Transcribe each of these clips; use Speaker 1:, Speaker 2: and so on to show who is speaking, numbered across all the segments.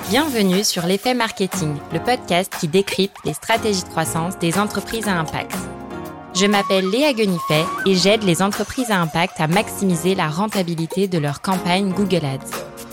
Speaker 1: Bienvenue sur l'effet marketing, le podcast qui décrypte les stratégies de croissance des entreprises à impact. Je m'appelle Léa Guenifet et j'aide les entreprises à impact à maximiser la rentabilité de leur campagne Google Ads.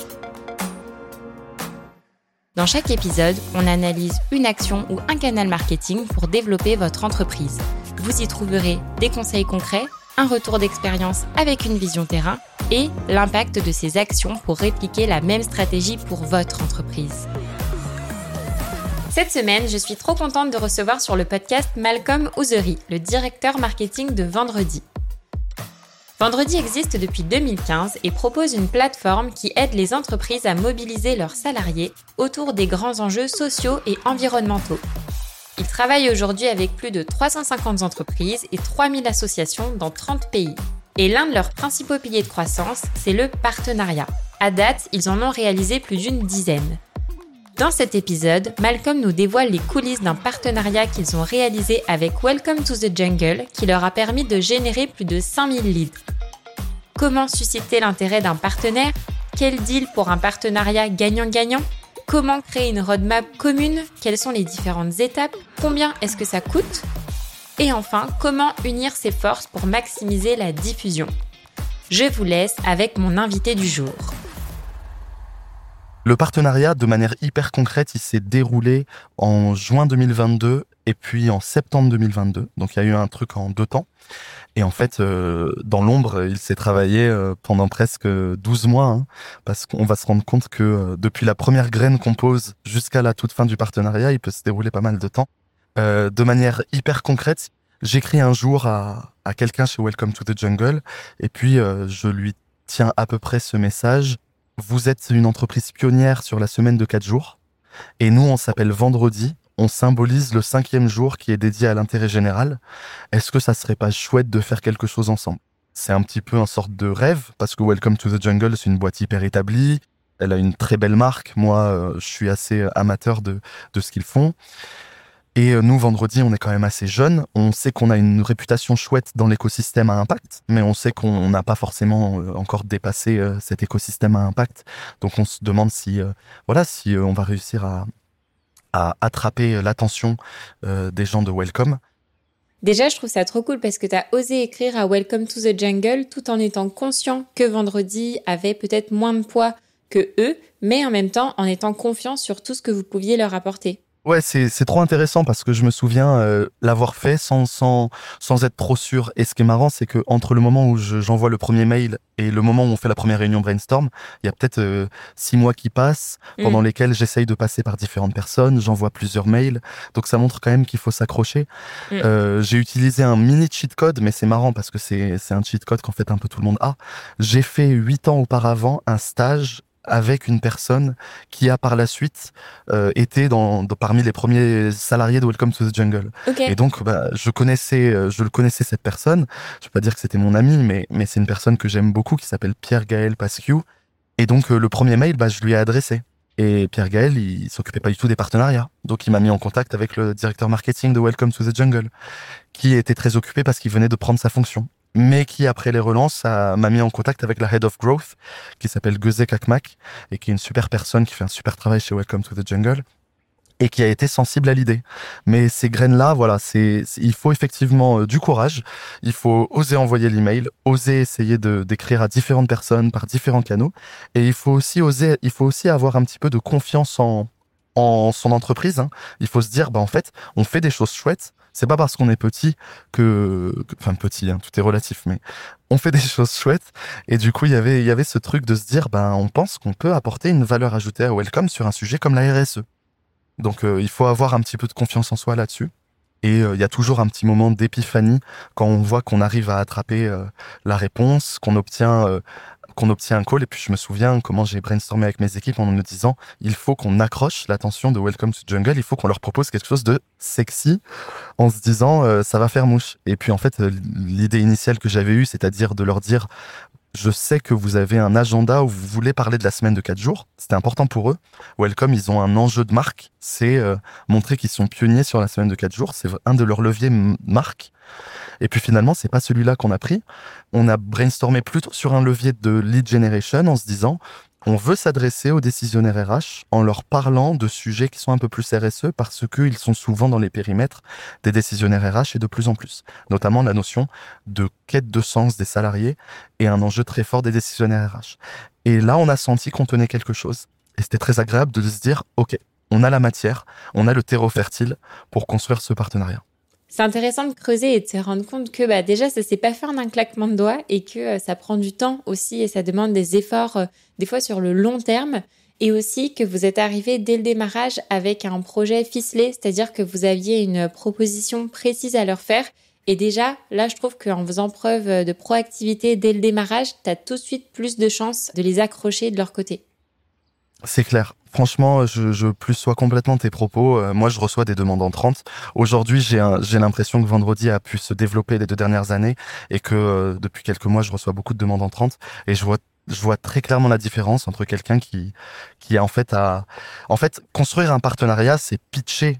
Speaker 1: Dans chaque épisode, on analyse une action ou un canal marketing pour développer votre entreprise. Vous y trouverez des conseils concrets, un retour d'expérience avec une vision terrain et l'impact de ces actions pour répliquer la même stratégie pour votre entreprise. Cette semaine, je suis trop contente de recevoir sur le podcast Malcolm Ouzery, le directeur marketing de Vendredi. Vendredi existe depuis 2015 et propose une plateforme qui aide les entreprises à mobiliser leurs salariés autour des grands enjeux sociaux et environnementaux. Il travaille aujourd'hui avec plus de 350 entreprises et 3000 associations dans 30 pays. Et l'un de leurs principaux piliers de croissance, c'est le partenariat. À date, ils en ont réalisé plus d'une dizaine. Dans cet épisode, Malcolm nous dévoile les coulisses d'un partenariat qu'ils ont réalisé avec Welcome to the Jungle qui leur a permis de générer plus de 5000 leads. Comment susciter l'intérêt d'un partenaire ? Quel deal pour un partenariat gagnant-gagnant ? Comment créer une roadmap commune ? Quelles sont les différentes étapes ? Combien est-ce que ça coûte ? Et enfin, comment unir ses forces pour maximiser la diffusion ? Je vous laisse avec mon invité du jour.
Speaker 2: Le partenariat, de manière hyper concrète, il s'est déroulé en juin 2022 et puis en septembre 2022. Donc il y a eu un truc en 2 temps. Et en fait, dans l'ombre, il s'est travaillé pendant presque 12 mois, parce qu'on va se rendre compte que depuis la première graine qu'on pose jusqu'à la toute fin du partenariat, il peut se dérouler pas mal de temps. De manière hyper concrète, j'écris un jour à quelqu'un chez Welcome to the Jungle et puis je lui tiens à peu près ce message. Vous êtes une entreprise pionnière sur la semaine de 4 jours et nous, on s'appelle Vendredi. On symbolise le 5e jour qui est dédié à l'intérêt général. Est-ce que ça serait pas chouette de faire quelque chose ensemble ? C'est un petit peu une sorte de rêve parce que Welcome to the Jungle, c'est une boîte hyper établie. Elle a une très belle marque. Moi, je suis assez amateur de ce qu'ils font. Et nous, Vendredi, on est quand même assez jeunes. On sait qu'on a une réputation chouette dans l'écosystème à impact, mais on sait qu'on n'a pas forcément encore dépassé cet écosystème à impact. Donc on se demande si on va réussir à attraper l'attention des gens de Welcome.
Speaker 1: Déjà, je trouve ça trop cool parce que tu as osé écrire à Welcome to the Jungle tout en étant conscient que Vendredi avait peut-être moins de poids que eux, mais en même temps en étant confiant sur tout ce que vous pouviez leur apporter.
Speaker 2: Ouais, c'est trop intéressant parce que je me souviens l'avoir fait sans être trop sûr. Et ce qui est marrant, c'est que entre le moment où j'envoie le premier mail et le moment où on fait la première réunion brainstorm, il y a peut-être 6 mois qui passent, pendant lesquels j'essaye de passer par différentes personnes, j'envoie plusieurs mails. Donc ça montre quand même qu'il faut s'accrocher. J'ai utilisé un mini cheat code, mais c'est marrant parce que c'est un cheat code qu'en fait un peu tout le monde a. J'ai fait 8 ans auparavant un stage avec une personne qui a par la suite été parmi les premiers salariés de Welcome to the Jungle.
Speaker 1: Okay.
Speaker 2: Et donc, je le connaissais cette personne. Je peux pas dire que c'était mon ami, mais c'est une personne que j'aime beaucoup qui s'appelle Pierre-Gaël Pasquiou. Et donc, le premier mail, je lui ai adressé. Et Pierre-Gaël, il s'occupait pas du tout des partenariats. Donc, il m'a mis en contact avec le directeur marketing de Welcome to the Jungle, qui était très occupé parce qu'il venait de prendre sa fonction. Mais qui, après les relances, m'a mis en contact avec la Head of Growth, qui s'appelle Geze Kakmak, et qui est une super personne, qui fait un super travail chez Welcome to the Jungle, et qui a été sensible à l'idée. Mais ces graines-là, voilà, il faut effectivement du courage, il faut oser envoyer l'email, oser essayer d'écrire à différentes personnes par différents canaux, et il faut aussi avoir un petit peu de confiance en son entreprise. Il faut se dire, en fait, on fait des choses chouettes. C'est pas parce qu'on est petit petit, tout est relatif, mais on fait des choses chouettes. Et du coup, il y avait ce truc de se dire, on pense qu'on peut apporter une valeur ajoutée à Welcome sur un sujet comme la RSE. Donc, il faut avoir un petit peu de confiance en soi là-dessus. Et il y a toujours un petit moment d'épiphanie quand on voit qu'on arrive à attraper la réponse, qu'on obtient un call. Et puis je me souviens comment j'ai brainstormé avec mes équipes en me disant il faut qu'on accroche l'attention de Welcome to Jungle, il faut qu'on leur propose quelque chose de sexy en se disant ça va faire mouche. Et puis en fait l'idée initiale que j'avais eue, c'est-à-dire de leur dire je sais que vous avez un agenda où vous voulez parler de la semaine de 4 jours. C'était important pour eux. Welcome, ils ont un enjeu de marque. C'est montrer qu'ils sont pionniers sur la semaine de 4 jours. C'est un de leurs leviers marque. Et puis finalement, c'est pas celui-là qu'on a pris. On a brainstormé plutôt sur un levier de lead generation en se disant On veut s'adresser aux décisionnaires RH en leur parlant de sujets qui sont un peu plus RSE parce qu'ils sont souvent dans les périmètres des décisionnaires RH et de plus en plus. Notamment la notion de quête de sens des salariés est un enjeu très fort des décisionnaires RH. Et là, on a senti qu'on tenait quelque chose. Et c'était très agréable de se dire, OK, on a la matière, on a le terreau fertile pour construire ce partenariat.
Speaker 1: C'est intéressant de creuser et de se rendre compte que déjà, ça ne s'est pas fait en un claquement de doigts et que ça prend du temps aussi et ça demande des efforts, des fois sur le long terme. Et aussi que vous êtes arrivé dès le démarrage avec un projet ficelé, c'est-à-dire que vous aviez une proposition précise à leur faire. Et déjà, là, je trouve qu'en faisant preuve de proactivité dès le démarrage, tu as tout de suite plus de chances de les accrocher de leur côté.
Speaker 2: C'est clair. Franchement, je plus sois complètement tes propos. Moi, je reçois des demandes entrantes. Aujourd'hui, j'ai l'impression que Vendredi a pu se développer les 2 dernières années et que depuis quelques mois, je reçois beaucoup de demandes entrantes et je vois très clairement la différence entre quelqu'un qui a en fait construire un partenariat, c'est pitcher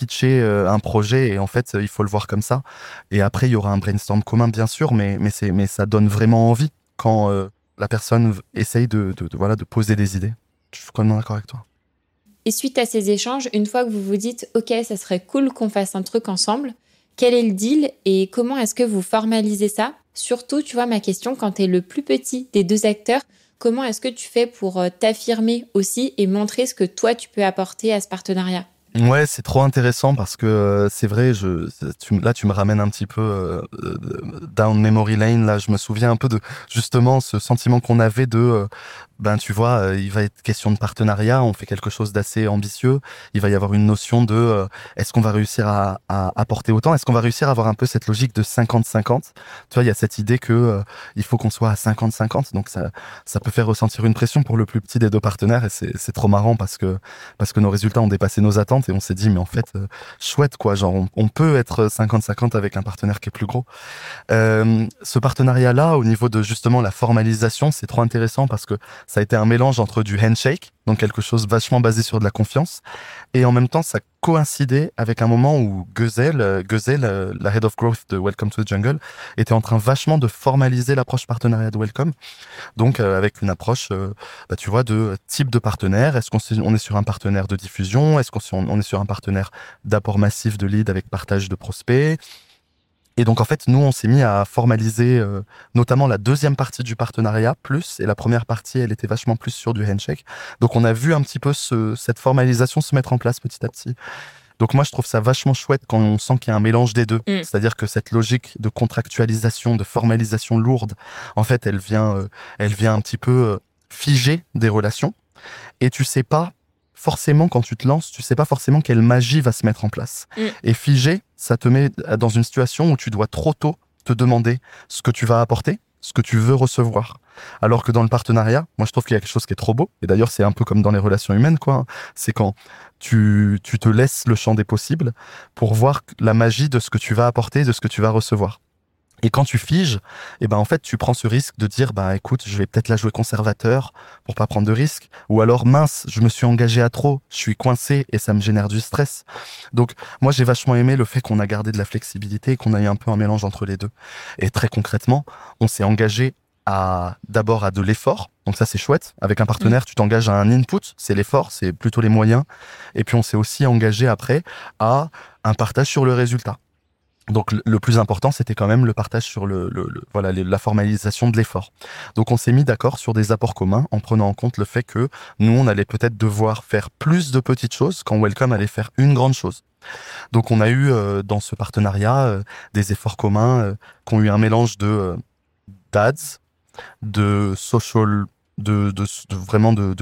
Speaker 2: un projet et en fait, il faut le voir comme ça. Et après, il y aura un brainstorm commun, bien sûr, mais ça donne vraiment envie quand la personne essaye de poser des idées. Je suis complètement d'accord avec toi.
Speaker 1: Et suite à ces échanges, une fois que vous vous dites « Ok, ça serait cool qu'on fasse un truc ensemble », quel est le deal et comment est-ce que vous formalisez ça ? Surtout, tu vois, ma question, quand tu es le plus petit des 2 acteurs, comment est-ce que tu fais pour t'affirmer aussi et montrer ce que toi, tu peux apporter à ce partenariat ?
Speaker 2: Ouais, c'est trop intéressant parce que c'est vrai, tu me ramènes un petit peu down memory lane. Là, je me souviens un peu de justement ce sentiment qu'on avait de, tu vois, il va être question de partenariat, on fait quelque chose d'assez ambitieux. Il va y avoir une notion de, est-ce qu'on va réussir à apporter autant ? Est-ce qu'on va réussir à avoir un peu cette logique de 50-50 ? Tu vois, il y a cette idée que il faut qu'on soit à 50-50, donc ça peut faire ressentir une pression pour le plus petit des 2 partenaires et c'est trop marrant parce que nos résultats ont dépassé nos attentes et on s'est dit mais en fait chouette quoi, genre on peut être 50-50 avec un partenaire qui est plus gros. Ce partenariat là au niveau de justement la formalisation, c'est trop intéressant parce que ça a été un mélange entre du handshake, donc quelque chose vachement basé sur de la confiance, et en même temps ça coïncidait avec un moment où Geuzel, la Head of Growth de Welcome to the Jungle, était en train vachement de formaliser l'approche partenariat de Welcome. Donc avec une approche, tu vois, de type de partenaire. Est-ce on est sur un partenaire de diffusion ? Est-ce qu'on est sur un partenaire d'apport massif de leads avec partage de prospects ? Et donc en fait, nous, on s'est mis à formaliser notamment la 2e partie du partenariat plus, et la première partie, elle était vachement plus sur du handshake. Donc on a vu un petit peu cette formalisation se mettre en place petit à petit. Donc moi, je trouve ça vachement chouette quand on sent qu'il y a un mélange des deux. C'est-à-dire que cette logique de contractualisation, de formalisation lourde, en fait, elle vient un petit peu figer des relations. Et tu sais pas forcément, quand tu te lances, tu sais pas forcément quelle magie va se mettre en place. Et figer, ça te met dans une situation où tu dois trop tôt te demander ce que tu vas apporter, ce que tu veux recevoir. Alors que dans le partenariat, moi je trouve qu'il y a quelque chose qui est trop beau. Et d'ailleurs, c'est un peu comme dans les relations humaines, quoi. C'est quand tu te laisses le champ des possibles pour voir la magie de ce que tu vas apporter, de ce que tu vas recevoir. Et quand tu figes, en fait, tu prends ce risque de dire, écoute, je vais peut-être la jouer conservateur pour pas prendre de risques. Ou alors, mince, je me suis engagé à trop, je suis coincé et ça me génère du stress. Donc, moi, j'ai vachement aimé le fait qu'on a gardé de la flexibilité et qu'on a eu un peu un mélange entre les deux. Et très concrètement, on s'est engagé d'abord à de l'effort. Donc ça, c'est chouette. Avec un partenaire, tu t'engages à un input, c'est l'effort, c'est plutôt les moyens. Et puis, on s'est aussi engagé après à un partage sur le résultat. Donc le plus important, c'était quand même le partage sur la formalisation de l'effort. Donc on s'est mis d'accord sur des apports communs en prenant en compte le fait que nous, on allait peut-être devoir faire plus de petites choses quand Welcome allait faire une grande chose. Donc on a eu dans ce partenariat des efforts communs qui ont eu un mélange d'ads, de social, vraiment de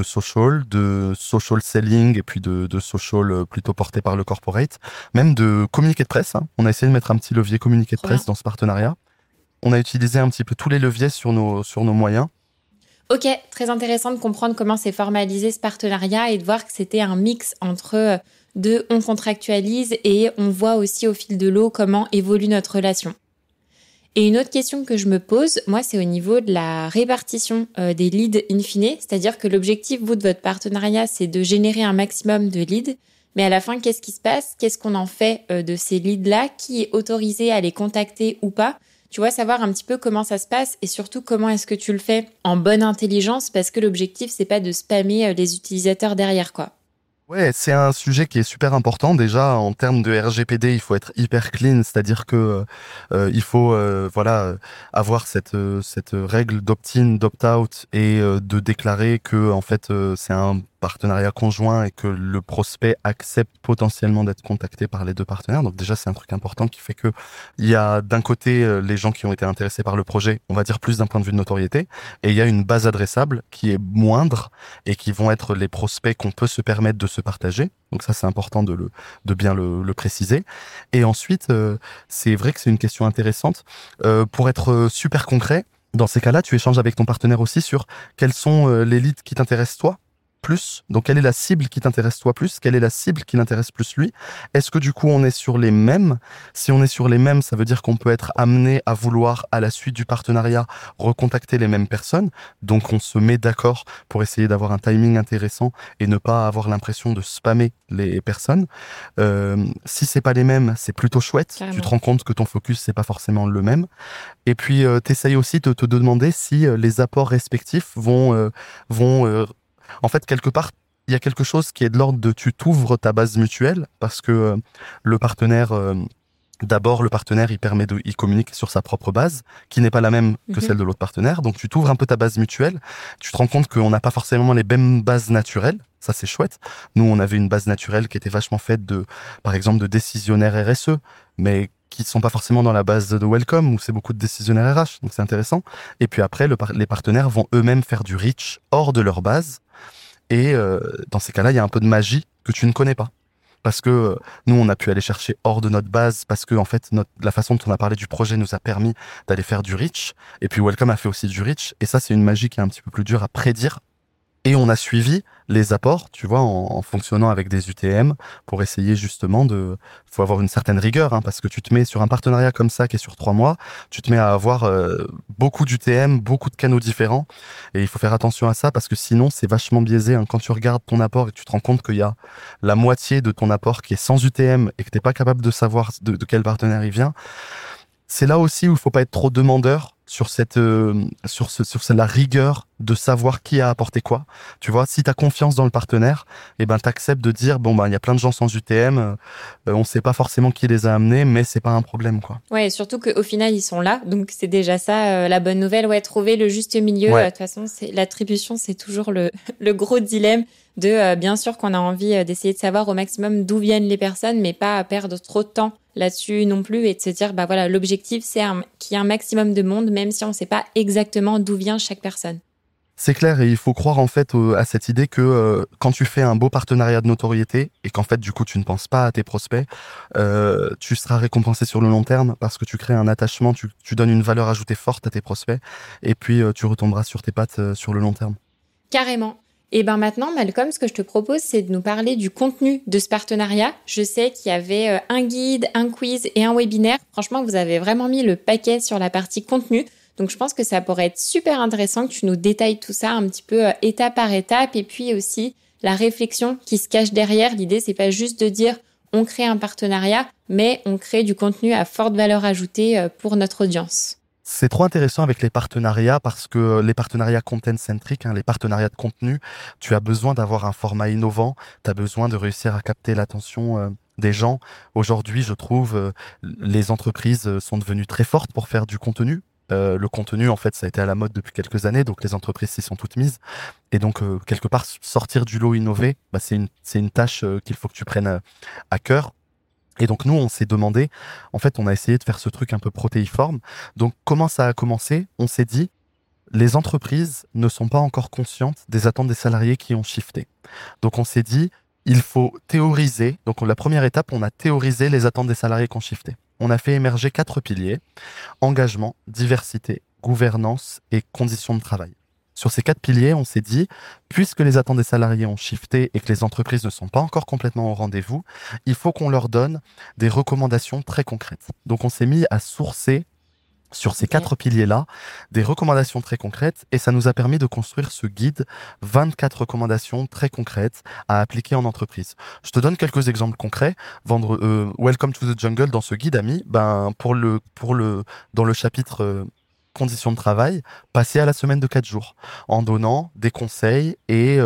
Speaker 2: social selling et puis de social plutôt porté par le corporate, même de communiqué de presse. On a essayé de mettre un petit levier communiqué de presse dans ce partenariat. On a utilisé un petit peu tous les leviers sur nos moyens.
Speaker 1: Ok, très intéressant de comprendre comment s'est formalisé ce partenariat et de voir que c'était un mix entre on contractualise et on voit aussi au fil de l'eau comment évolue notre relation. Et une autre question que je me pose, moi, c'est au niveau de la répartition des leads in fine. C'est-à-dire que l'objectif, vous, de votre partenariat, c'est de générer un maximum de leads. Mais à la fin, qu'est-ce qui se passe ? Qu'est-ce qu'on en fait de ces leads-là ? Qui est autorisé à les contacter ou pas ? Tu vois, savoir un petit peu comment ça se passe et surtout comment est-ce que tu le fais en bonne intelligence parce que l'objectif, c'est pas de spammer les utilisateurs derrière, quoi.
Speaker 2: Ouais, c'est un sujet qui est super important. Déjà, en termes de RGPD, il faut être hyper clean, c'est-à-dire que il faut avoir cette règle d'opt-in, d'opt-out et de déclarer que en fait c'est un partenariat conjoint et que le prospect accepte potentiellement d'être contacté par les deux partenaires. Donc déjà, c'est un truc important qui fait que il y a d'un côté les gens qui ont été intéressés par le projet, on va dire plus d'un point de vue de notoriété, et il y a une base adressable qui est moindre et qui vont être les prospects qu'on peut se permettre de se partager. Donc ça, c'est important de bien le préciser. Et ensuite, c'est vrai que c'est une question intéressante. Pour être super concret, dans ces cas-là, tu échanges avec ton partenaire aussi sur quels sont les leads qui t'intéressent toi plus. Donc, quelle est la cible qui t'intéresse toi plus? Quelle est la cible qui l'intéresse plus lui? Est-ce que du coup, on est sur les mêmes? Si on est sur les mêmes, ça veut dire qu'on peut être amené à vouloir, à la suite du partenariat, recontacter les mêmes personnes. Donc, on se met d'accord pour essayer d'avoir un timing intéressant et ne pas avoir l'impression de spammer les personnes. Si c'est pas les mêmes, c'est plutôt chouette.
Speaker 1: Carrément.
Speaker 2: Tu te rends compte que ton focus, c'est pas forcément le même. Et puis, t'essayes aussi de te demander si les apports respectifs vont en fait, quelque part, il y a quelque chose qui est de l'ordre de tu t'ouvres ta base mutuelle parce que le partenaire, d'abord, le partenaire, il communique sur sa propre base, qui n'est pas la même que celle de l'autre partenaire. Donc, tu t'ouvres un peu ta base mutuelle. Tu te rends compte qu'on n'a pas forcément les mêmes bases naturelles. Ça, c'est chouette. Nous, on avait une base naturelle qui était vachement faite par exemple, de décisionnaires RSE, mais qui sont pas forcément dans la base de Welcome, où c'est beaucoup de décisionnaires RH. Donc, c'est intéressant. Et puis après, les partenaires vont eux-mêmes faire du reach hors de leur base. Et dans ces cas-là, il y a un peu de magie que tu ne connais pas. Parce que nous, on a pu aller chercher hors de notre base, parce que en fait, la façon dont on a parlé du projet nous a permis d'aller faire du reach. Et puis Welcome a fait aussi du reach. Et ça, c'est une magie qui est un petit peu plus dure à prédire. Et on a suivi les apports, tu vois, en fonctionnant avec des UTM pour essayer justement faut avoir une certaine rigueur, hein, parce que tu te mets sur un partenariat comme ça qui est sur 3 mois, tu te mets à avoir beaucoup d'UTM, beaucoup de canaux différents, et il faut faire attention à ça parce que sinon c'est vachement biaisé, hein. Quand tu regardes ton apport et que tu te rends compte qu'il y a la moitié de ton apport qui est sans UTM et que t'es pas capable de savoir de quel partenaire il vient, c'est là aussi où il faut pas être trop demandeur sur la rigueur de savoir qui a apporté quoi. Tu vois, si tu as confiance dans le partenaire, eh ben t'acceptes de dire il y a plein de gens sans UTM, on sait pas forcément qui les a amenés, mais c'est pas un problème, quoi.
Speaker 1: Ouais, et surtout qu'au final ils sont là, donc c'est déjà ça la bonne nouvelle. Ouais, trouver le juste milieu.
Speaker 2: Ouais.
Speaker 1: De toute façon, l'attribution, c'est toujours le gros dilemme de bien sûr qu'on a envie d'essayer de savoir au maximum d'où viennent les personnes, mais pas à perdre trop de temps là-dessus non plus et de se dire l'objectif c'est qu'il y ait un maximum de monde, même si on ne sait pas exactement d'où vient chaque personne.
Speaker 2: C'est clair, et il faut croire en fait à cette idée que quand tu fais un beau partenariat de notoriété et qu'en fait du coup tu ne penses pas à tes prospects, tu seras récompensé sur le long terme parce que tu crées un attachement, tu donnes une valeur ajoutée forte à tes prospects et puis tu retomberas sur tes pattes sur le long terme.
Speaker 1: Carrément. Et maintenant, Malcolm, ce que je te propose, c'est de nous parler du contenu de ce partenariat. Je sais qu'il y avait un guide, un quiz et un webinaire. Franchement, vous avez vraiment mis le paquet sur la partie contenu. Donc, je pense que ça pourrait être super intéressant que tu nous détailles tout ça un petit peu étape par étape. Et puis aussi, la réflexion qui se cache derrière. L'idée, c'est pas juste de dire on crée un partenariat, mais on crée du contenu à forte valeur ajoutée pour notre audience.
Speaker 2: C'est trop intéressant avec les partenariats parce que les partenariats content-centric, les partenariats de contenu, tu as besoin d'avoir un format innovant, tu as besoin de réussir à capter l'attention des gens. Aujourd'hui, je trouve, les entreprises sont devenues très fortes pour faire du contenu. Le contenu, en fait, ça a été à la mode depuis quelques années, donc les entreprises s'y sont toutes mises. Et donc, quelque part, sortir du lot innové, c'est une tâche qu'il faut que tu prennes à cœur. Et donc nous, on s'est demandé, en fait, on a essayé de faire ce truc un peu protéiforme. Donc comment ça a commencé? On s'est dit, les entreprises ne sont pas encore conscientes des attentes des salariés qui ont shifté. Donc on s'est dit, il faut théoriser. Donc la première étape, on a théorisé les attentes des salariés qui ont shifté. On a fait émerger 4 piliers: engagement, diversité, gouvernance et conditions de travail. Sur ces 4 piliers, on s'est dit, puisque les attentes des salariés ont shifté et que les entreprises ne sont pas encore complètement au rendez-vous, il faut qu'on leur donne des recommandations très concrètes. Donc on s'est mis à sourcer sur ces
Speaker 1: Ok.
Speaker 2: 4 piliers-là, des recommandations très concrètes, et ça nous a permis de construire ce guide 24 recommandations très concrètes à appliquer en entreprise. Je te donne quelques exemples concrets. Welcome to the Jungle dans ce guide a mis, dans le chapitre conditions de travail, passer à la semaine de 4 jours, en donnant des conseils et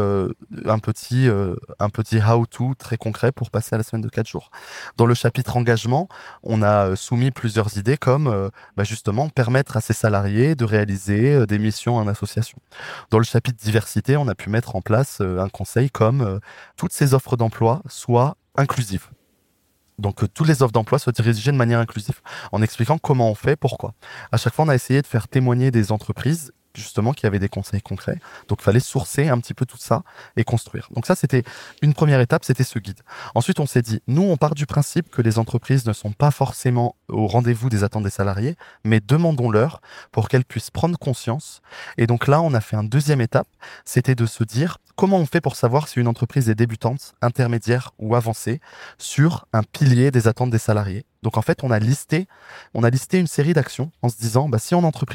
Speaker 2: un petit how-to très concret pour passer à la semaine de 4 jours. Dans le chapitre engagement, on a soumis plusieurs idées comme justement permettre à ses salariés de réaliser des missions en association. Dans le chapitre diversité, on a pu mettre en place un conseil comme toutes ces offres d'emploi soient inclusives. Donc, toutes les offres d'emploi soient dirigées de manière inclusive, en expliquant comment on fait, pourquoi. À chaque fois, on a essayé de faire témoigner des entreprises, justement, qui avaient des conseils concrets. Donc, il fallait sourcer un petit peu tout ça et construire. Donc ça, c'était une première étape, c'était ce guide. Ensuite, on s'est dit, nous, on part du principe que les entreprises ne sont pas forcément au rendez-vous des attentes des salariés, mais demandons-leur pour qu'elles puissent prendre conscience. Et donc là, on a fait une deuxième étape, c'était de se dire, comment on fait pour savoir si une entreprise est débutante, intermédiaire ou avancée sur un pilier des attentes des salariés. Donc en fait, on a listé une série d'actions en se disant, si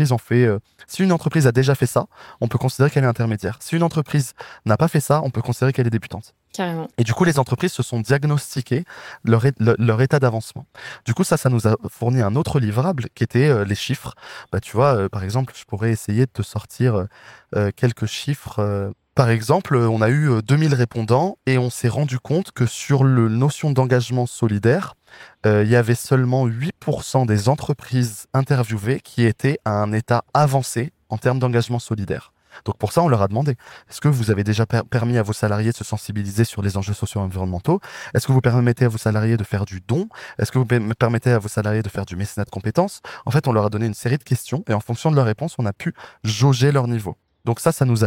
Speaker 2: si une entreprise a déjà fait ça, on peut considérer qu'elle est intermédiaire. Si une entreprise n'a pas fait ça, on peut considérer qu'elle est débutante.
Speaker 1: Carrément.
Speaker 2: Et du coup, les entreprises se sont diagnostiquées leur état d'avancement. Du coup, ça nous a fourni un autre livrable qui était les chiffres. Tu vois, par exemple, je pourrais essayer de te sortir quelques chiffres. Par exemple, on a eu 2000 répondants et on s'est rendu compte que sur le notion d'engagement solidaire, il y avait seulement 8% des entreprises interviewées qui étaient à un état avancé en termes d'engagement solidaire. Donc pour ça, on leur a demandé, est-ce que vous avez déjà permis à vos salariés de se sensibiliser sur les enjeux sociaux et environnementaux? Est-ce que vous permettez à vos salariés de faire du don? Est-ce que vous permettez à vos salariés de faire du mécénat de compétences? En fait, on leur a donné une série de questions et en fonction de leurs réponses, on a pu jauger leur niveau. Donc ça nous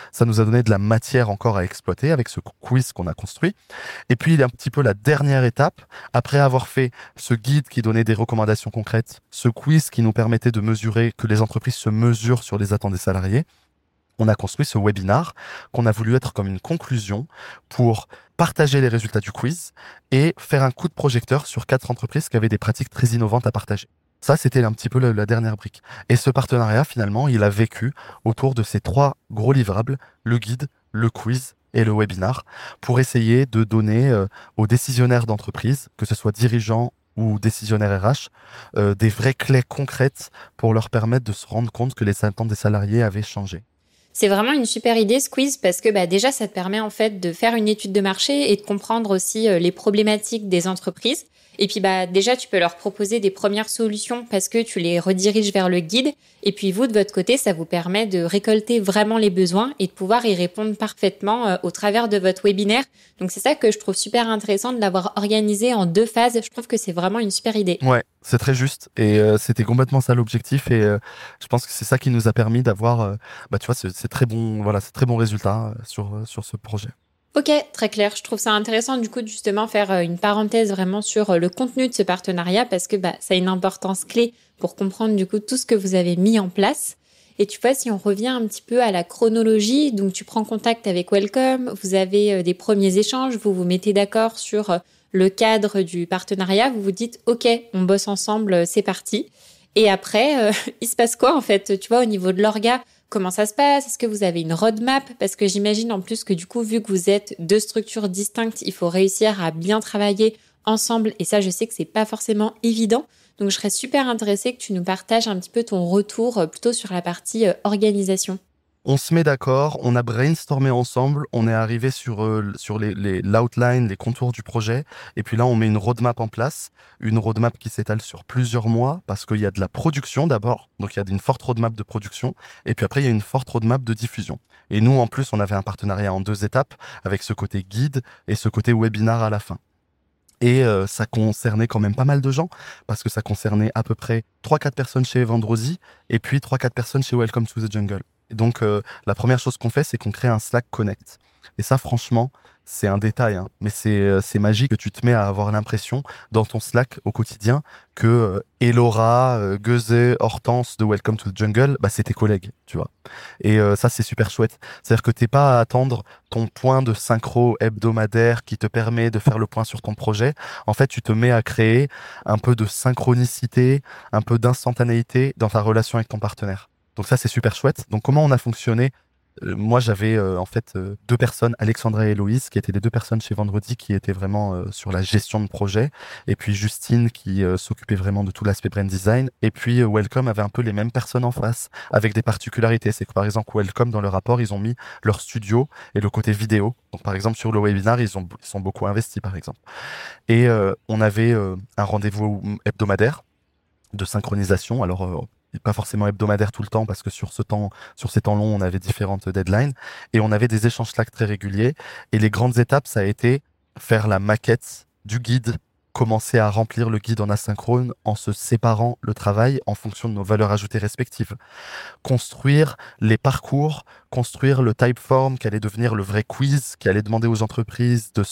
Speaker 2: a donné de la matière encore à exploiter avec ce quiz qu'on a construit. Et puis, il y a un petit peu la dernière étape, après avoir fait ce guide qui donnait des recommandations concrètes, ce quiz qui nous permettait de mesurer, que les entreprises se mesurent sur les attentes des salariés. On a construit ce webinar qu'on a voulu être comme une conclusion pour partager les résultats du quiz et faire un coup de projecteur sur 4 entreprises qui avaient des pratiques très innovantes à partager. Ça, c'était un petit peu la dernière brique. Et ce partenariat, finalement, il a vécu autour de ces 3 gros livrables, le guide, le quiz et le webinar, pour essayer de donner aux décisionnaires d'entreprise, que ce soit dirigeants ou décisionnaires RH, des vraies clés concrètes pour leur permettre de se rendre compte que les attentes des salariés avaient changé.
Speaker 1: C'est vraiment une super idée, ce quiz, parce que déjà, ça te permet en fait de faire une étude de marché et de comprendre aussi les problématiques des entreprises. Et puis déjà, tu peux leur proposer des premières solutions parce que tu les rediriges vers le guide. Et puis vous, de votre côté, ça vous permet de récolter vraiment les besoins et de pouvoir y répondre parfaitement au travers de votre webinaire. Donc c'est ça que je trouve super intéressant de l'avoir organisé en 2 phases. Je trouve que c'est vraiment une super idée.
Speaker 2: Ouais, c'est très juste. Et c'était complètement ça l'objectif. Et je pense que c'est ça qui nous a permis d'avoir, tu vois, c'est très bon, voilà, c'est très bon résultat sur ce projet.
Speaker 1: Ok, très clair. Je trouve ça intéressant du coup de justement faire une parenthèse vraiment sur le contenu de ce partenariat parce que ça a une importance clé pour comprendre du coup tout ce que vous avez mis en place. Et tu vois, si on revient un petit peu à la chronologie, donc tu prends contact avec Welcome, vous avez des premiers échanges, vous vous mettez d'accord sur le cadre du partenariat, vous vous dites ok, on bosse ensemble, c'est parti. Et après, il se passe quoi en fait? Tu vois, au niveau de l'orga, comment ça se passe? Est-ce que vous avez une roadmap? Parce que j'imagine en plus que du coup, vu que vous êtes 2 structures distinctes, il faut réussir à bien travailler ensemble. Et ça, je sais que c'est pas forcément évident. Donc, je serais super intéressée que tu nous partages un petit peu ton retour plutôt sur la partie organisation.
Speaker 2: On se met d'accord, on a brainstormé ensemble, on est arrivé sur l'outline, les contours du projet, et puis là on met une roadmap en place, une roadmap qui s'étale sur plusieurs mois, parce qu'il y a de la production d'abord, donc il y a une forte roadmap de production, et puis après il y a une forte roadmap de diffusion. Et nous en plus on avait un partenariat en 2 étapes, avec ce côté guide et ce côté webinar à la fin. Et ça concernait quand même pas mal de gens, parce que ça concernait à peu près 3-4 personnes chez Vendredi, et puis 3-4 personnes chez Welcome to the Jungle. Donc, la première chose qu'on fait, c'est qu'on crée un Slack Connect. Et ça, franchement, c'est un détail, hein, mais c'est magique que tu te mets à avoir l'impression dans ton Slack au quotidien que Elora, Gueze, Hortense de Welcome to the Jungle, bah, c'est tes collègues, tu vois. Et ça, c'est super chouette. C'est-à-dire que t'es pas à attendre ton point de synchro hebdomadaire qui te permet de faire le point sur ton projet. En fait, tu te mets à créer un peu de synchronicité, un peu d'instantanéité dans ta relation avec ton partenaire. Donc ça, c'est super chouette. Donc comment on a fonctionné? Moi, j'avais en fait deux personnes, Alexandra et Héloïse, qui étaient les deux personnes chez Vendredi qui étaient vraiment sur la gestion de projet. Et puis Justine qui s'occupait vraiment de tout l'aspect brand design. Et puis Welcome avait un peu les mêmes personnes en face, avec des particularités. C'est que par exemple, Welcome, dans le rapport, ils ont mis leur studio et le côté vidéo. Donc par exemple, sur le webinar, ils sont beaucoup investis, par exemple. Et on avait un rendez-vous hebdomadaire de synchronisation. Alors, pas forcément hebdomadaire tout le temps parce que sur ces temps longs, on avait différentes deadlines et on avait des échanges Slack très réguliers. Et les grandes étapes, ça a été faire la maquette du guide, commencer à remplir le guide en asynchrone en se séparant le travail en fonction de nos valeurs ajoutées respectives. Construire les parcours, construire le typeform qui allait devenir le vrai quiz, qui allait demander aux entreprises de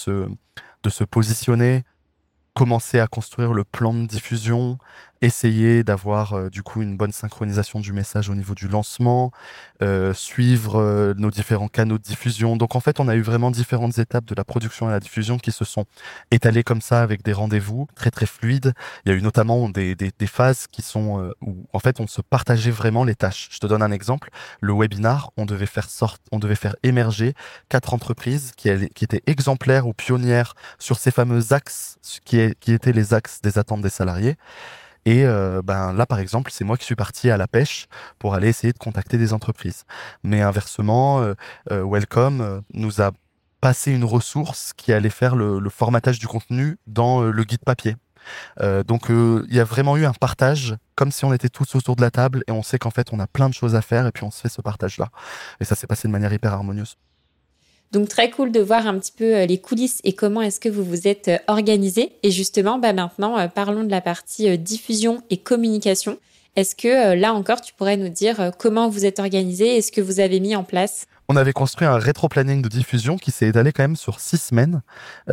Speaker 2: se positionner, commencer à construire le plan de diffusion, essayer d'avoir du coup une bonne synchronisation du message au niveau du lancement, suivre nos différents canaux de diffusion. Donc en fait, on a eu vraiment différentes étapes de la production à la diffusion qui se sont étalées comme ça avec des rendez-vous très très fluides. Il y a eu notamment des phases qui sont où en fait on se partageait vraiment les tâches. Je te donne un exemple. Le webinar, on devait faire émerger 4 entreprises qui étaient exemplaires ou pionnières sur ces fameux axes qui étaient les axes des attentes des salariés. Et ben là, par exemple, c'est moi qui suis parti à la pêche pour aller essayer de contacter des entreprises. Mais inversement, Welcome nous a passé une ressource qui allait faire le formatage du contenu dans le guide papier. Donc il y a vraiment eu un partage, comme si on était tous autour de la table et on sait qu'en fait on a plein de choses à faire et puis on se fait ce partage-là. Et ça s'est passé de manière hyper harmonieuse.
Speaker 1: Donc très cool de voir un petit peu les coulisses et comment est-ce que vous vous êtes organisé. Et justement, maintenant, parlons de la partie diffusion et communication. Est-ce que là encore, tu pourrais nous dire comment vous êtes organisé et ce que vous avez mis en place?
Speaker 2: On avait construit un rétro-planning de diffusion qui s'est étalé quand même sur 6 semaines,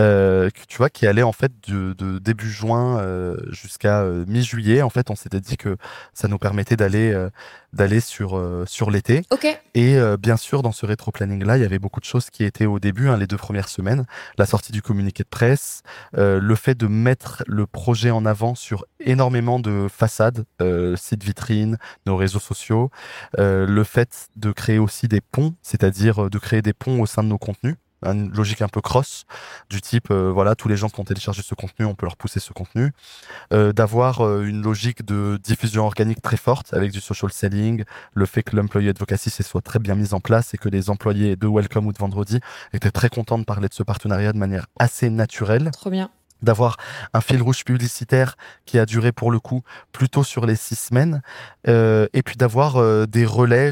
Speaker 2: tu vois, qui allait en fait de début juin jusqu'à mi-juillet. En fait, on s'était dit que ça nous permettait d'aller sur l'été.
Speaker 1: Ok.
Speaker 2: Et bien sûr, dans ce rétro-planning-là, il y avait beaucoup de choses qui étaient au début, les 2 premières semaines. La sortie du communiqué de presse, le fait de mettre le projet en avant sur énormément de façades, sites vitrines, nos réseaux sociaux, le fait de créer aussi des ponts, c'est-à-dire de créer des ponts au sein de nos contenus. Une logique un peu cross, du type, voilà, tous les gens qui ont téléchargé ce contenu, on peut leur pousser ce contenu. D'avoir une logique de diffusion organique très forte avec du social selling, le fait que l'employee advocacy soit très bien mis en place et que les employés de Welcome ou de Vendredi étaient très contents de parler de ce partenariat de manière assez naturelle.
Speaker 1: Trop bien.
Speaker 2: D'avoir un fil rouge publicitaire qui a duré pour le coup plutôt sur les 6 semaines, et puis d'avoir des relais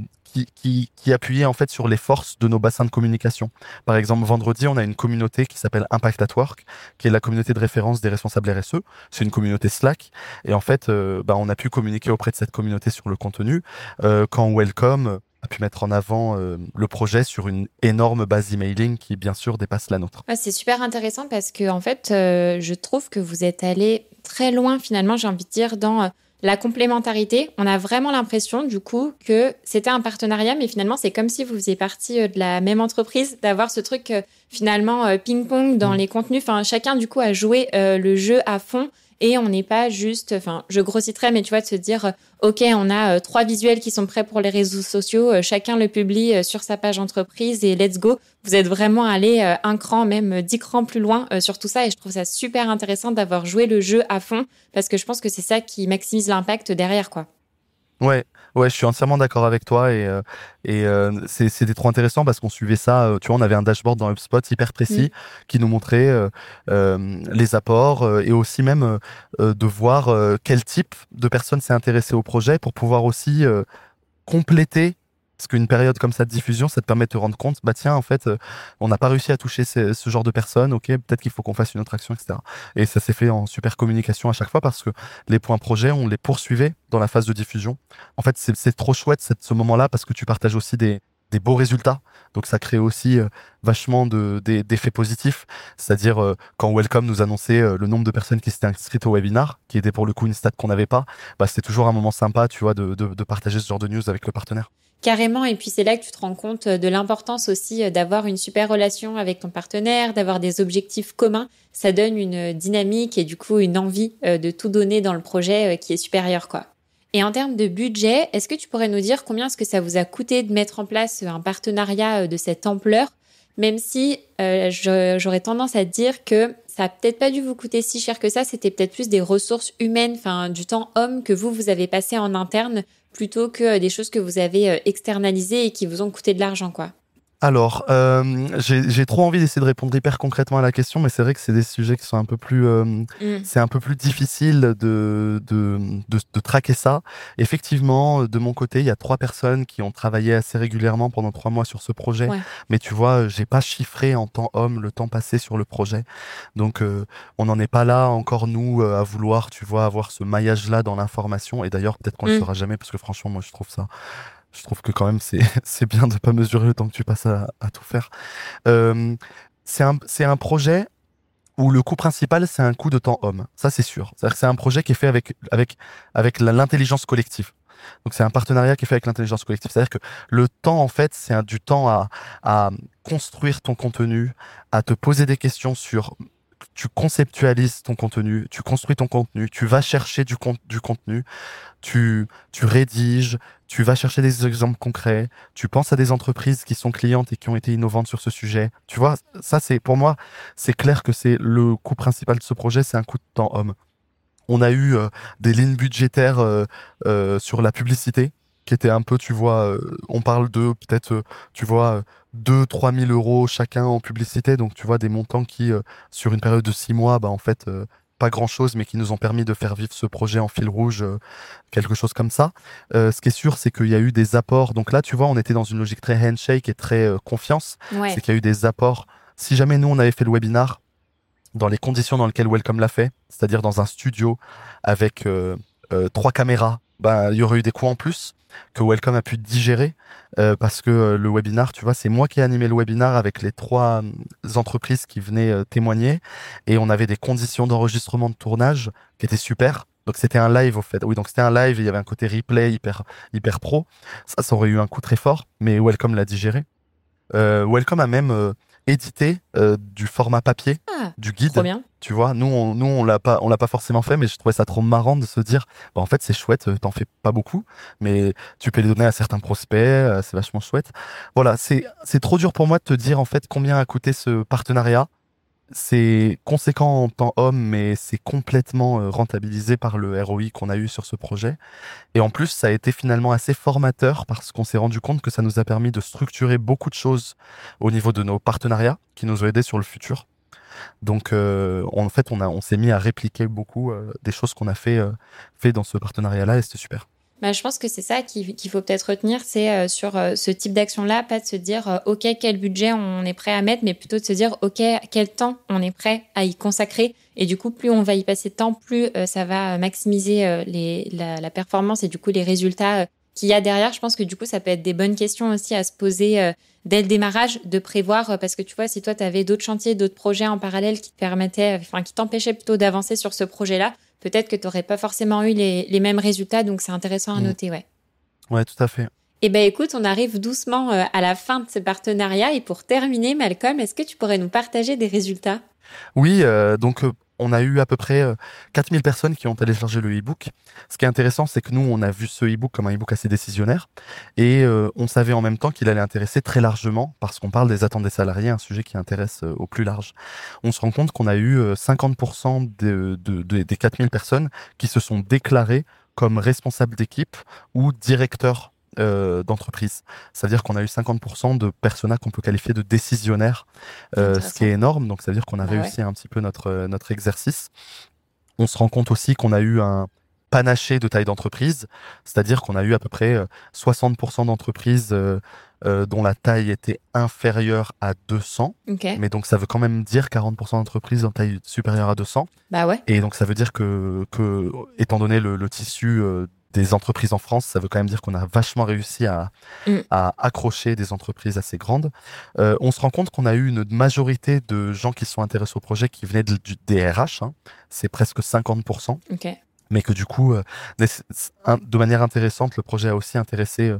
Speaker 2: qui appuyaient en fait sur les forces de nos bassins de communication. Par exemple, Vendredi, on a une communauté qui s'appelle Impact at Work, qui est la communauté de référence des responsables RSE. C'est une communauté Slack, et en fait, on a pu communiquer auprès de cette communauté sur le contenu. Quand Welcome a pu mettre en avant le projet sur une énorme base emailing qui, bien sûr, dépasse la nôtre.
Speaker 1: Ouais, c'est super intéressant parce que, en fait, je trouve que vous êtes allé très loin, finalement, j'ai envie de dire, dans la complémentarité. On a vraiment l'impression, du coup, que c'était un partenariat, mais finalement, c'est comme si vous faisiez partie de la même entreprise, d'avoir ce truc, finalement, ping-pong dans les contenus. Enfin, chacun, du coup, a joué le jeu à fond. Et on n'est pas juste, je grossis très, mais tu vois, de se dire, OK, on a 3 visuels qui sont prêts pour les réseaux sociaux, chacun le publie sur sa page entreprise et let's go. Vous êtes vraiment allé un cran, même 10 crans plus loin sur tout ça. Et je trouve ça super intéressant d'avoir joué le jeu à fond parce que je pense que c'est ça qui maximise l'impact derrière, quoi.
Speaker 2: Ouais, je suis entièrement d'accord avec toi et c'était trop intéressant parce qu'on suivait ça. Tu vois, on avait un dashboard dans HubSpot hyper précis qui nous montrait les apports et aussi même de voir quel type de personne s'est intéressé au projet pour pouvoir aussi compléter Parce qu'une période comme ça de diffusion, ça te permet de te rendre compte, bah tiens, en fait, on n'a pas réussi à toucher ce genre de personnes, ok, peut-être qu'il faut qu'on fasse une autre action, etc. Et ça s'est fait en super communication à chaque fois parce que les points projets, on les poursuivait dans la phase de diffusion. En fait, c'est trop chouette ce moment-là parce que tu partages aussi des beaux résultats. Donc ça crée aussi vachement d'effets positifs. C'est-à-dire quand Welcome nous annonçait le nombre de personnes qui s'étaient inscrites au webinar, qui était pour le coup une stat qu'on n'avait pas, bah, c'était toujours un moment sympa, tu vois, de partager ce genre de news avec le partenaire.
Speaker 1: Carrément, et puis c'est là que tu te rends compte de l'importance aussi d'avoir une super relation avec ton partenaire, d'avoir des objectifs communs. Ça donne une dynamique et du coup une envie de tout donner dans le projet qui est supérieure, quoi. Et en termes de budget, est-ce que tu pourrais nous dire combien est-ce que ça vous a coûté de mettre en place un partenariat de cette ampleur, même si j'aurais tendance à dire que ça a peut-être pas dû vous coûter si cher que ça, c'était peut-être plus des ressources humaines, enfin du temps homme que vous avez passé en interne plutôt que des choses que vous avez externalisées et qui vous ont coûté de l'argent, quoi.
Speaker 2: Alors, j'ai trop envie d'essayer de répondre hyper concrètement à la question, mais c'est vrai que c'est des sujets qui sont un peu plus, c'est un peu plus difficile de traquer ça. Effectivement, de mon côté, il y a 3 personnes qui ont travaillé assez régulièrement pendant 3 mois sur ce projet.
Speaker 1: Ouais.
Speaker 2: Mais tu vois, j'ai pas chiffré en temps homme le temps passé sur le projet. Donc, on n'en est pas là encore, nous, à vouloir, tu vois, avoir ce maillage-là dans l'information. Et d'ailleurs, peut-être qu'on le fera jamais, parce que franchement, moi, je trouve que quand même c'est bien de pas mesurer le temps que tu passes à tout faire. C'est un projet où le coût principal c'est un coût de temps homme. Ça c'est sûr. C'est-à-dire que c'est un projet qui est fait avec l'intelligence collective. Donc c'est un partenariat qui est fait avec l'intelligence collective. C'est-à-dire que le temps en fait c'est du temps à construire ton contenu, à te poser des questions sur tu conceptualises ton contenu, tu construis ton contenu, tu vas chercher du contenu, tu rédiges, tu vas chercher des exemples concrets, tu penses à des entreprises qui sont clientes et qui ont été innovantes sur ce sujet. Tu vois, ça c'est pour moi, c'est clair que c'est le coût principal de ce projet, c'est un coût de temps homme. On a eu des lignes budgétaires sur la publicité qui étaient un peu, tu vois, on parle de peut-être, tu vois, 2-3 000 euros chacun en publicité. Donc, tu vois, des montants qui, sur une période de 6 mois, bah, en fait, pas grand-chose, mais qui nous ont permis de faire vivre ce projet en fil rouge, quelque chose comme ça. Ce qui est sûr, c'est qu'il y a eu des apports. Donc là, tu vois, on était dans une logique très handshake et très confiance.
Speaker 1: Ouais.
Speaker 2: C'est qu'il y a eu des apports. Si jamais nous, on avait fait le webinar, dans les conditions dans lesquelles Welcome l'a fait, c'est-à-dire dans un studio avec 3 caméras, bah, il y aurait eu des coûts en plus que Welcome a pu digérer parce que le webinar, tu vois, c'est moi qui ai animé le webinar avec les 3 entreprises qui venaient témoigner et on avait des conditions d'enregistrement de tournage qui étaient super. Donc c'était un live au fait. Oui, donc c'était un live et il y avait un côté replay hyper pro. Ça aurait eu un coût très fort, mais Welcome l'a digéré. Welcome a même édité du format papier, du guide.
Speaker 1: Trop bien.
Speaker 2: Tu vois, nous on l'a pas forcément fait, mais je trouvais ça trop marrant de se dire, bah en fait c'est chouette, t'en fais pas beaucoup, mais tu peux les donner à certains prospects, c'est vachement chouette. Voilà, c'est trop dur pour moi de te dire en fait combien a coûté ce partenariat. C'est conséquent en temps homme, mais c'est complètement rentabilisé par le ROI qu'on a eu sur ce projet. Et en plus, ça a été finalement assez formateur parce qu'on s'est rendu compte que ça nous a permis de structurer beaucoup de choses au niveau de nos partenariats qui nous ont aidés sur le futur. Donc, en fait, on s'est mis à répliquer beaucoup des choses qu'on a fait dans ce partenariat-là et c'était super.
Speaker 1: Bah, je pense que c'est ça qu'il faut peut-être retenir, c'est sur ce type d'action-là, pas de se dire OK, quel budget on est prêt à mettre, mais plutôt de se dire OK, quel temps on est prêt à y consacrer. Et du coup, plus on va y passer de temps, plus ça va maximiser la performance et du coup les résultats qu'il y a derrière. Je pense que du coup, ça peut être des bonnes questions aussi à se poser dès le démarrage, de prévoir, parce que tu vois, si toi, tu avais d'autres chantiers, d'autres projets en parallèle qui te permettaient, enfin, qui t'empêchaient plutôt d'avancer sur ce projet-là, peut-être que tu n'aurais pas forcément eu les mêmes résultats. Donc, c'est intéressant à noter, ouais.
Speaker 2: Ouais, tout à fait.
Speaker 1: Eh ben, écoute, on arrive doucement à la fin de ce partenariat. Et pour terminer, Malcolm, est-ce que tu pourrais nous partager des résultats ?
Speaker 2: Oui, donc on a eu à peu près 4000 personnes qui ont téléchargé le e-book. Ce qui est intéressant, c'est que nous, on a vu ce e-book comme un e-book assez décisionnaire et on savait en même temps qu'il allait intéresser très largement parce qu'on parle des attentes des salariés, un sujet qui intéresse au plus large. On se rend compte qu'on a eu 50% des 4000 personnes qui se sont déclarées comme responsables d'équipe ou directeurs d'entreprise. C'est-à-dire qu'on a eu 50% de personas qu'on peut qualifier de décisionnaires, ce qui est énorme. Donc, ça veut dire qu'on a réussi un petit peu notre exercice. On se rend compte aussi qu'on a eu panaché de taille d'entreprise, c'est-à-dire qu'on a eu à peu près 60% d'entreprises dont la taille était inférieure à 200.
Speaker 1: Okay.
Speaker 2: Mais donc ça veut quand même dire 40% d'entreprises en taille supérieure à 200.
Speaker 1: Bah ouais.
Speaker 2: Et donc ça veut dire que étant donné le tissu des entreprises en France, ça veut quand même dire qu'on a vachement réussi à accrocher des entreprises assez grandes. On se rend compte qu'on a eu une majorité de gens qui sont intéressés au projet qui venaient des RH, hein. C'est presque 50%.
Speaker 1: Okay.
Speaker 2: Mais que du coup, de manière intéressante, le projet a aussi intéressé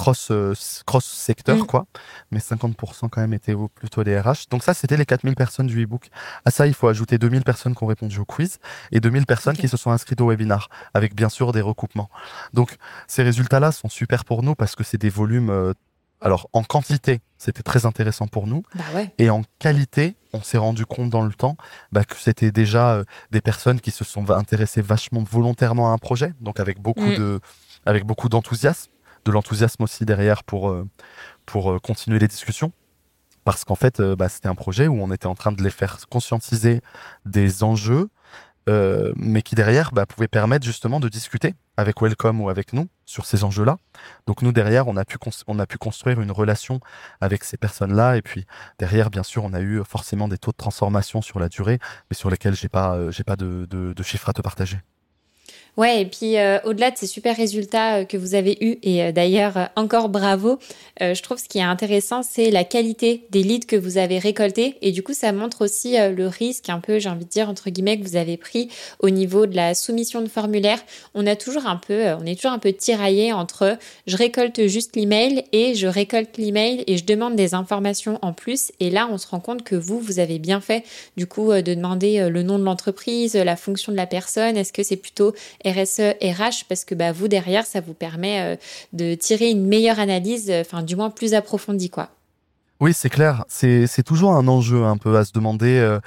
Speaker 2: cross-secteur, quoi. Mais 50% quand même étaient plutôt des RH. Donc ça, c'était les 4000 personnes du e-book. À ça, il faut ajouter 2000 personnes qui ont répondu au quiz et 2000 personnes qui se sont inscrites au webinar, avec bien sûr des recoupements. Donc ces résultats-là sont super pour nous parce que c'est des volumes... alors, en quantité, c'était très intéressant pour nous.
Speaker 1: Bah ouais.
Speaker 2: Et en qualité, on s'est rendu compte dans le temps que c'était déjà des personnes qui se sont intéressées vachement volontairement à un projet, donc avec beaucoup d'enthousiasme, de l'enthousiasme aussi derrière pour continuer les discussions. Parce qu'en fait, c'était un projet où on était en train de les faire conscientiser des enjeux, mais qui derrière pouvait permettre justement de discuter avec Welcome ou avec nous sur ces enjeux-là. Donc nous derrière, on a pu construire une relation avec ces personnes-là, et puis derrière, bien sûr, on a eu forcément des taux de transformation sur la durée, mais sur lesquels j'ai pas de chiffres à te partager.
Speaker 1: Ouais, et puis au-delà de ces super résultats que vous avez eus, et d'ailleurs encore bravo, je trouve ce qui est intéressant, c'est la qualité des leads que vous avez récoltés, et du coup ça montre aussi le risque un peu, j'ai envie de dire entre guillemets, que vous avez pris au niveau de la soumission de formulaire. On est toujours un peu tiraillé entre je récolte juste l'email et je récolte l'email et je demande des informations en plus, et là on se rend compte que vous avez bien fait du coup de demander le nom de l'entreprise, la fonction de la personne, est-ce que c'est plutôt RSE, RH, parce que vous derrière, ça vous permet de tirer une meilleure analyse, enfin du moins plus approfondie, quoi.
Speaker 2: Oui, c'est clair. C'est toujours un enjeu un peu à se demander.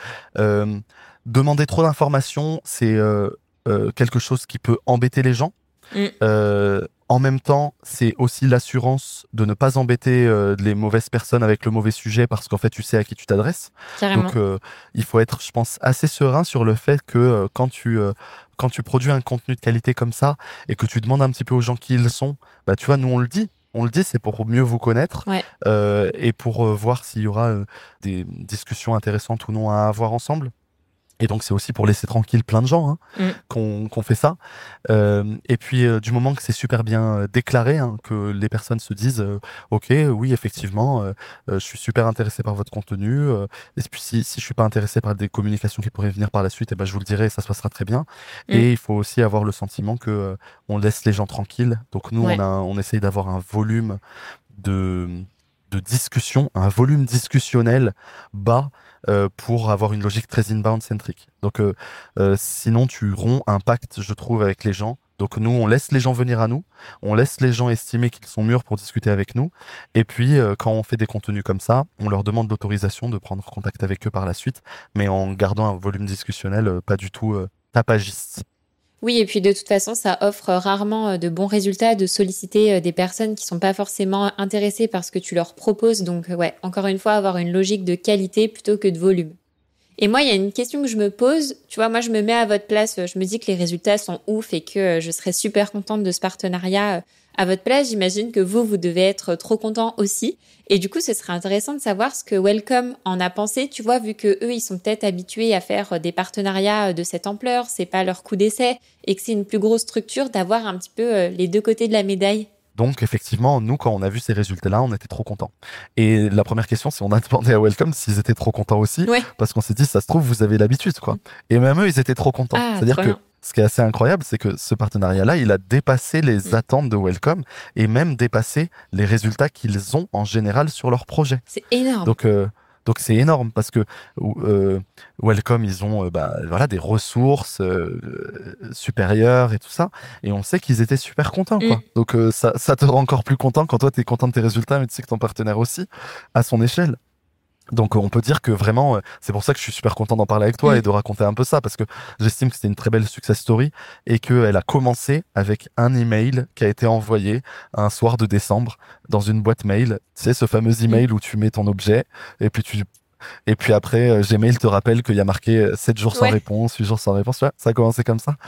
Speaker 2: Demander trop d'informations, c'est quelque chose qui peut embêter les gens. En même temps, c'est aussi l'assurance de ne pas embêter les mauvaises personnes avec le mauvais sujet, parce qu'en fait, tu sais à qui tu t'adresses.
Speaker 1: Carrément.
Speaker 2: Donc, il faut être, je pense, assez serein sur le fait que quand tu produis un contenu de qualité comme ça et que tu demandes un petit peu aux gens qui ils sont, tu vois, nous on le dit. On le dit, c'est pour mieux vous connaître,
Speaker 1: ouais.
Speaker 2: Et pour voir s'il y aura des discussions intéressantes ou non à avoir ensemble. Et donc, c'est aussi pour laisser tranquille plein de gens qu'on fait ça. Et puis, du moment que c'est super bien déclaré, que les personnes se disent OK, oui, effectivement, je suis super intéressé par votre contenu. Et puis, si je suis pas intéressé par des communications qui pourraient venir par la suite, je vous le dirai, ça se passera très bien. Et il faut aussi avoir le sentiment que on laisse les gens tranquilles. Donc, nous, on essaye d'avoir un volume de discussion, un volume discussionnel bas, pour avoir une logique très inbound centrique. Donc sinon tu romps un pacte, je trouve, avec les gens. Donc nous, on laisse les gens venir à nous, on laisse les gens estimer qu'ils sont mûrs pour discuter avec nous, et puis quand on fait des contenus comme ça, on leur demande l'autorisation de prendre contact avec eux par la suite, mais en gardant un volume discussionnel pas du tout tapagiste.
Speaker 1: Oui, et puis de toute façon, ça offre rarement de bons résultats de solliciter des personnes qui sont pas forcément intéressées par ce que tu leur proposes. Donc ouais, encore une fois, avoir une logique de qualité plutôt que de volume. Et moi, il y a une question que je me pose. Tu vois, moi, je me mets à votre place. Je me dis que les résultats sont ouf et que je serais super contente de ce partenariat. À votre place, j'imagine que vous devez être trop content aussi. Et du coup, ce serait intéressant de savoir ce que Welcome en a pensé, tu vois, vu que eux, ils sont peut-être habitués à faire des partenariats de cette ampleur, c'est pas leur coup d'essai, et que c'est une plus grosse structure, d'avoir un petit peu les deux côtés de la médaille.
Speaker 2: Donc effectivement, nous, quand on a vu ces résultats-là, on était trop contents. Et la première question, c'est on a demandé à Welcome s'ils étaient trop contents aussi, parce qu'on s'est dit, ça se trouve, vous avez l'habitude, quoi. Et même eux, ils étaient trop contents. C'est-à-dire que ce qui est assez incroyable, c'est que ce partenariat-là, il a dépassé les attentes de Welcome et même dépassé les résultats qu'ils ont en général sur leur projet.
Speaker 1: C'est énorme.
Speaker 2: Donc c'est énorme parce que Welcome, ils ont des ressources supérieures et tout ça, et on sait qu'ils étaient super contents, quoi. Donc ça te rend encore plus content quand toi t'es content de tes résultats, mais tu sais que ton partenaire aussi à son échelle. Donc on peut dire que vraiment, c'est pour ça que je suis super content d'en parler avec toi et de raconter un peu ça, parce que j'estime que c'était une très belle success story et qu'elle a commencé avec un email qui a été envoyé un soir de décembre dans une boîte mail. Tu sais, ce fameux email où tu mets ton objet et puis Et puis après, Gmail te rappelle qu'il y a marqué 7 jours sans
Speaker 1: Ouais.
Speaker 2: réponse, 8 jours sans réponse. Tu vois, ça a commencé comme ça.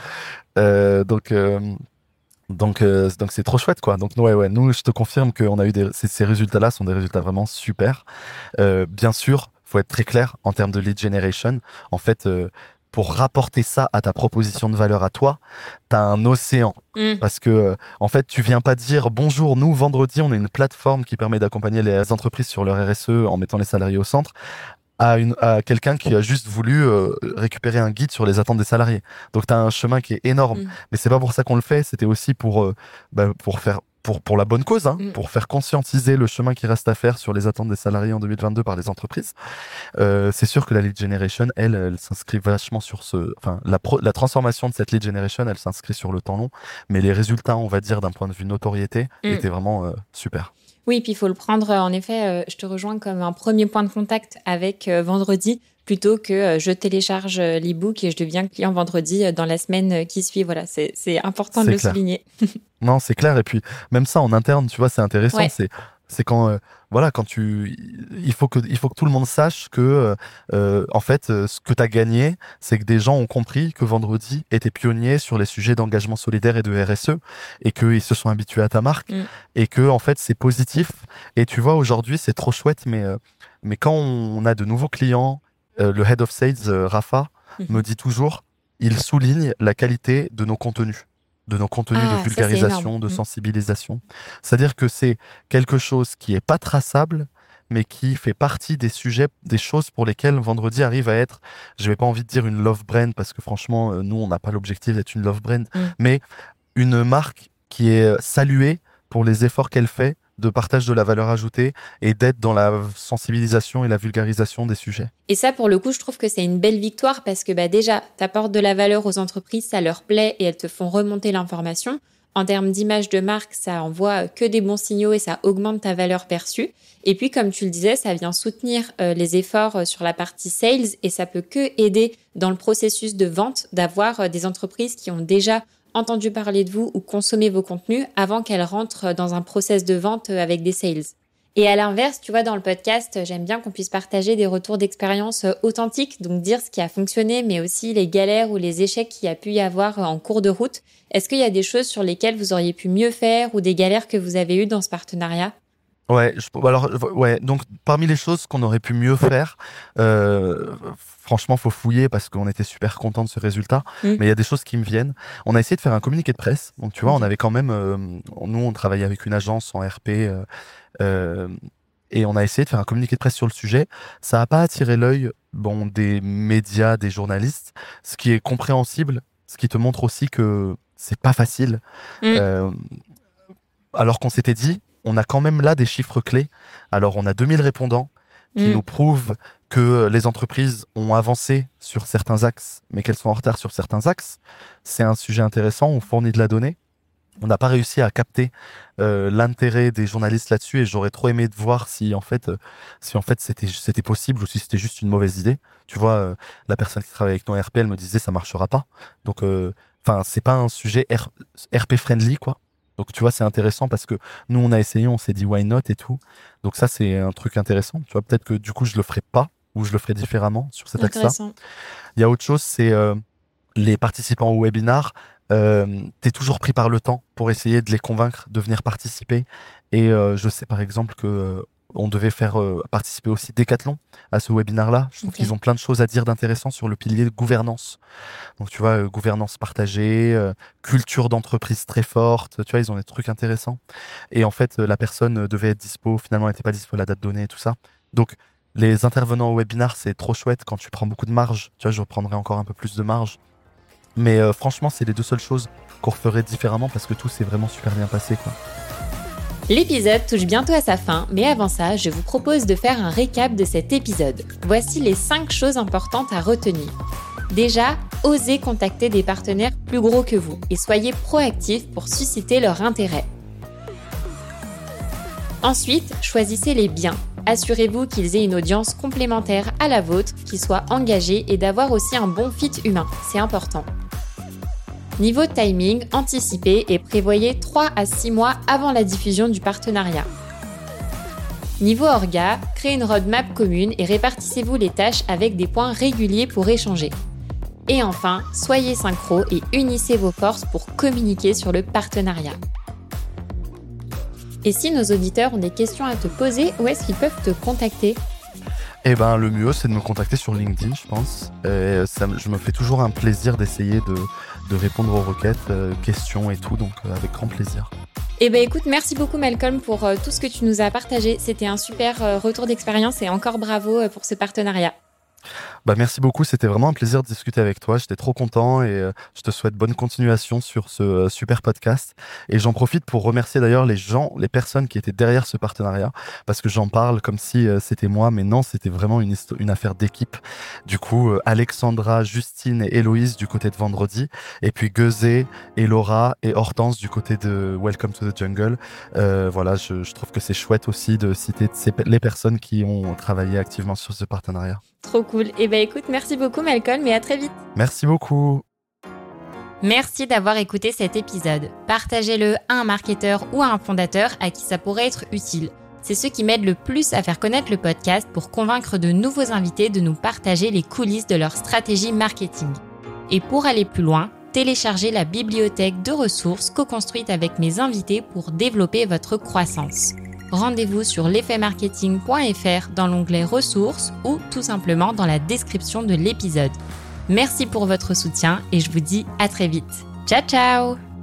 Speaker 2: Donc c'est trop chouette, quoi. Donc ouais, nous, je te confirme qu'on a eu ces résultats-là sont des résultats vraiment super. Bien sûr, faut être très clair en termes de lead generation. En fait, pour rapporter ça à ta proposition de valeur à toi, t'as un océan. Parce que, en fait, tu viens pas dire bonjour, nous, Vendredi, on est une plateforme qui permet d'accompagner les entreprises sur leur RSE en mettant les salariés au centre, à quelqu'un qui a juste voulu récupérer un guide sur les attentes des salariés. Donc, t'as un chemin qui est énorme. Mais c'est pas pour ça qu'on le fait, c'était aussi pour faire pour la bonne cause, pour faire conscientiser le chemin qui reste à faire sur les attentes des salariés en 2022 par les entreprises. C'est sûr que la lead generation, elle s'inscrit vachement sur la transformation de cette lead generation, elle s'inscrit sur le temps long, mais les résultats, on va dire, d'un point de vue notoriété, étaient vraiment super.
Speaker 1: Oui, puis il faut le prendre, en effet, je te rejoins comme un premier point de contact avec Vendredi, plutôt que je télécharge l'e-book et je deviens client Vendredi dans la semaine qui suit. Voilà, c'est important de le souligner.
Speaker 2: Non, c'est clair. Et puis, même ça, en interne, tu vois, c'est intéressant. Ouais. C'est quand, il faut que tout le monde sache que, en fait, ce que tu as gagné, c'est que des gens ont compris que Vendredi était pionnier sur les sujets d'engagement solidaire et de RSE et qu'ils se sont habitués à ta marque et que, en fait, c'est positif. Et tu vois, aujourd'hui, c'est trop chouette, mais quand on a de nouveaux clients, le head of sales, Rafa, me dit toujours, il souligne la qualité de nos contenus. De vulgarisation, de sensibilisation. C'est-à-dire que c'est quelque chose qui est pas traçable, mais qui fait partie des sujets, des choses pour lesquelles Vendredi arrive à être, je vais pas envie de dire une love brand, parce que franchement, nous, on n'a pas l'objectif d'être une love brand, mais une marque qui est saluée pour les efforts qu'elle fait de partage de la valeur ajoutée et d'être dans la sensibilisation et la vulgarisation des sujets.
Speaker 1: Et ça, pour le coup, je trouve que c'est une belle victoire parce que déjà, tu apportes de la valeur aux entreprises, ça leur plaît et elles te font remonter l'information. En termes d'image de marque, ça envoie que des bons signaux et ça augmente ta valeur perçue. Et puis, comme tu le disais, ça vient soutenir les efforts sur la partie sales et ça peut que aider dans le processus de vente d'avoir des entreprises qui ont déjà entendu parler de vous ou consommé vos contenus avant qu'elles rentrent dans un process de vente avec des sales. Et à l'inverse, tu vois, dans le podcast, j'aime bien qu'on puisse partager des retours d'expérience authentiques, donc dire ce qui a fonctionné, mais aussi les galères ou les échecs qu'il y a pu y avoir en cours de route. Est-ce qu'il y a des choses sur lesquelles vous auriez pu mieux faire ou des galères que vous avez eues dans ce partenariat ?
Speaker 2: Donc parmi les choses qu'on aurait pu mieux faire, franchement, faut fouiller parce qu'on était super contents de ce résultat. Mais il y a des choses qui me viennent. On a essayé de faire un communiqué de presse. Donc tu vois, on avait quand même, nous, on travaillait avec une agence en RP. Et on a essayé de faire un communiqué de presse sur le sujet. Ça n'a pas attiré l'œil des médias, des journalistes, ce qui est compréhensible, ce qui te montre aussi que c'est pas facile. Alors qu'on s'était dit, on a quand même là des chiffres clés. Alors on a 2000 répondants qui nous prouvent que les entreprises ont avancé sur certains axes, mais qu'elles sont en retard sur certains axes. C'est un sujet intéressant, on fournit de la donnée. On n'a pas réussi à capter l'intérêt des journalistes là-dessus et j'aurais trop aimé de voir si en fait c'était possible ou si c'était juste une mauvaise idée. Tu vois, la personne qui travaille avec nous en RP, elle me disait ça marchera pas. Donc c'est pas un sujet RP friendly quoi. Donc tu vois, c'est intéressant parce que nous on a essayé, on s'est dit why not et tout. Donc ça c'est un truc intéressant. Tu vois, peut-être que du coup je le ferai pas ou je le ferai différemment sur cet axe-là. Il y a autre chose, c'est les participants au webinar. T'es toujours pris par le temps pour essayer de les convaincre de venir participer. Et je sais par exemple que on devait faire participer aussi Decathlon à ce webinaire-là. Je trouve qu'ils ont plein de choses à dire d'intéressant sur le pilier de gouvernance. Donc tu vois, gouvernance partagée, culture d'entreprise très forte. Tu vois, ils ont des trucs intéressants. Et en fait, la personne devait être dispo. Finalement, elle n'était pas dispo à la date donnée et tout ça. Donc les intervenants au webinar, c'est trop chouette quand tu prends beaucoup de marge. Tu vois, je reprendrai encore un peu plus de marge. Mais franchement, c'est les deux seules choses qu'on referait différemment parce que tout s'est vraiment super bien passé, quoi.
Speaker 1: L'épisode touche bientôt à sa fin, mais avant ça, je vous propose de faire un récap de cet épisode. Voici les 5 choses importantes à retenir. Déjà, osez contacter des partenaires plus gros que vous et soyez proactifs pour susciter leur intérêt. Ensuite, choisissez les biens. Assurez-vous qu'ils aient une audience complémentaire à la vôtre, qui soit engagée et d'avoir aussi un bon fit humain. C'est important. Niveau timing, anticipez et prévoyez 3 à 6 mois avant la diffusion du partenariat. Niveau orga, créez une roadmap commune et répartissez-vous les tâches avec des points réguliers pour échanger. Et enfin, soyez synchro et unissez vos forces pour communiquer sur le partenariat. Et si nos auditeurs ont des questions à te poser, où est-ce qu'ils peuvent te contacter ?
Speaker 2: Eh ben, le mieux, c'est de me contacter sur LinkedIn, je pense. Je me fais toujours un plaisir d'essayer de répondre aux requêtes, questions et tout, donc avec grand plaisir.
Speaker 1: Eh ben écoute, merci beaucoup Malcolm pour tout ce que tu nous as partagé. C'était un super retour d'expérience et encore bravo pour ce partenariat.
Speaker 2: Merci beaucoup, c'était vraiment un plaisir de discuter avec toi, j'étais trop content et je te souhaite bonne continuation sur ce super podcast. Et j'en profite pour remercier d'ailleurs les personnes qui étaient derrière ce partenariat, parce que j'en parle comme si c'était moi, mais non, c'était vraiment une affaire d'équipe. Du coup, Alexandra, Justine et Héloïse du côté de Vendredi, et puis Guezé et Laura et Hortense du côté de Welcome to the Jungle. Voilà, je trouve que c'est chouette aussi de citer les personnes qui ont travaillé activement sur ce partenariat.
Speaker 1: Trop cool. Eh ben écoute, merci beaucoup Malcolm et à très vite.
Speaker 2: Merci beaucoup.
Speaker 1: Merci d'avoir écouté cet épisode. Partagez-le à un marketeur ou à un fondateur à qui ça pourrait être utile. C'est ce qui m'aide le plus à faire connaître le podcast pour convaincre de nouveaux invités de nous partager les coulisses de leur stratégie marketing. Et pour aller plus loin, téléchargez la bibliothèque de ressources co-construite avec mes invités pour développer votre croissance. Rendez-vous sur l'effetmarketing.fr dans l'onglet ressources ou tout simplement dans la description de l'épisode. Merci pour votre soutien et je vous dis à très vite. Ciao ciao!